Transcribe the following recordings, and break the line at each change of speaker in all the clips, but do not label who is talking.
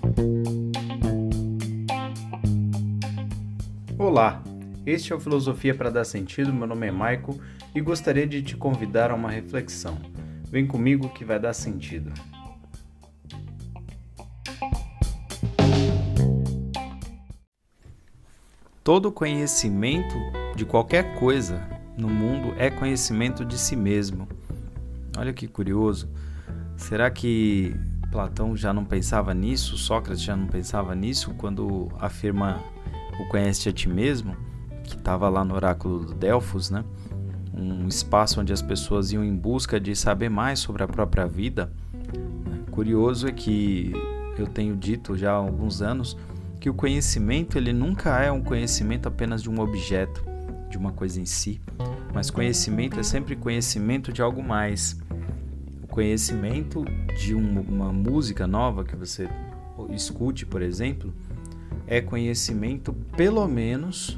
Olá, este é o Filosofia para Dar Sentido, meu nome é Maico e gostaria de te convidar a uma reflexão. Vem comigo que vai dar sentido. Todo conhecimento de qualquer coisa no mundo é conhecimento de si mesmo. Olha que curioso. Será que Platão já não pensava nisso? Sócrates já não pensava nisso quando afirma o conhece a ti mesmo? Que estava lá no oráculo de Delfos, né? Um espaço onde as pessoas iam em busca de saber mais sobre a própria vida. Curioso é que eu tenho dito já há alguns anos que o conhecimento ele nunca é um conhecimento apenas de um objeto, de uma coisa em si, mas conhecimento é sempre conhecimento de algo mais. O conhecimento de uma música nova que você escute, por exemplo, é conhecimento pelo menos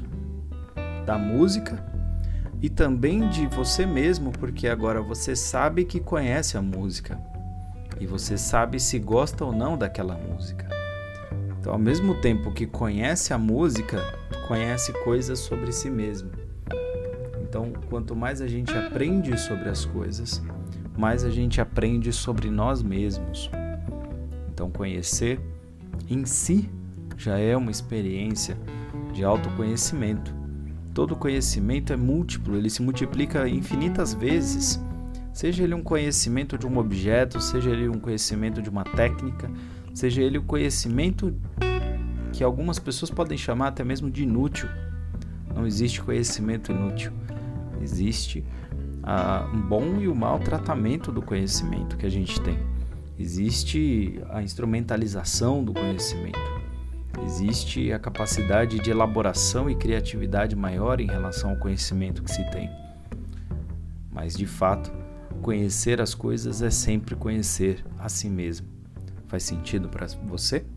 da música e também de você mesmo, porque agora você sabe que conhece a música e você sabe se gosta ou não daquela música. Então, ao mesmo tempo que conhece a música, conhece coisas sobre si mesmo. Então, quanto mais a gente aprende sobre as coisas, mais a gente aprende sobre nós mesmos. Então, conhecer em si já é uma experiência de autoconhecimento. Todo conhecimento é múltiplo, ele se multiplica infinitas vezes. Seja ele um conhecimento de um objeto, seja ele um conhecimento de uma técnica, seja ele o conhecimento que algumas pessoas podem chamar até mesmo de inútil. Não existe conhecimento inútil. Existe um bom e o mau tratamento do conhecimento que a gente tem. Existe a instrumentalização do conhecimento. Existe a capacidade de elaboração e criatividade maior em relação ao conhecimento que se tem. Mas, de fato, conhecer as coisas é sempre conhecer a si mesmo. Faz sentido para você?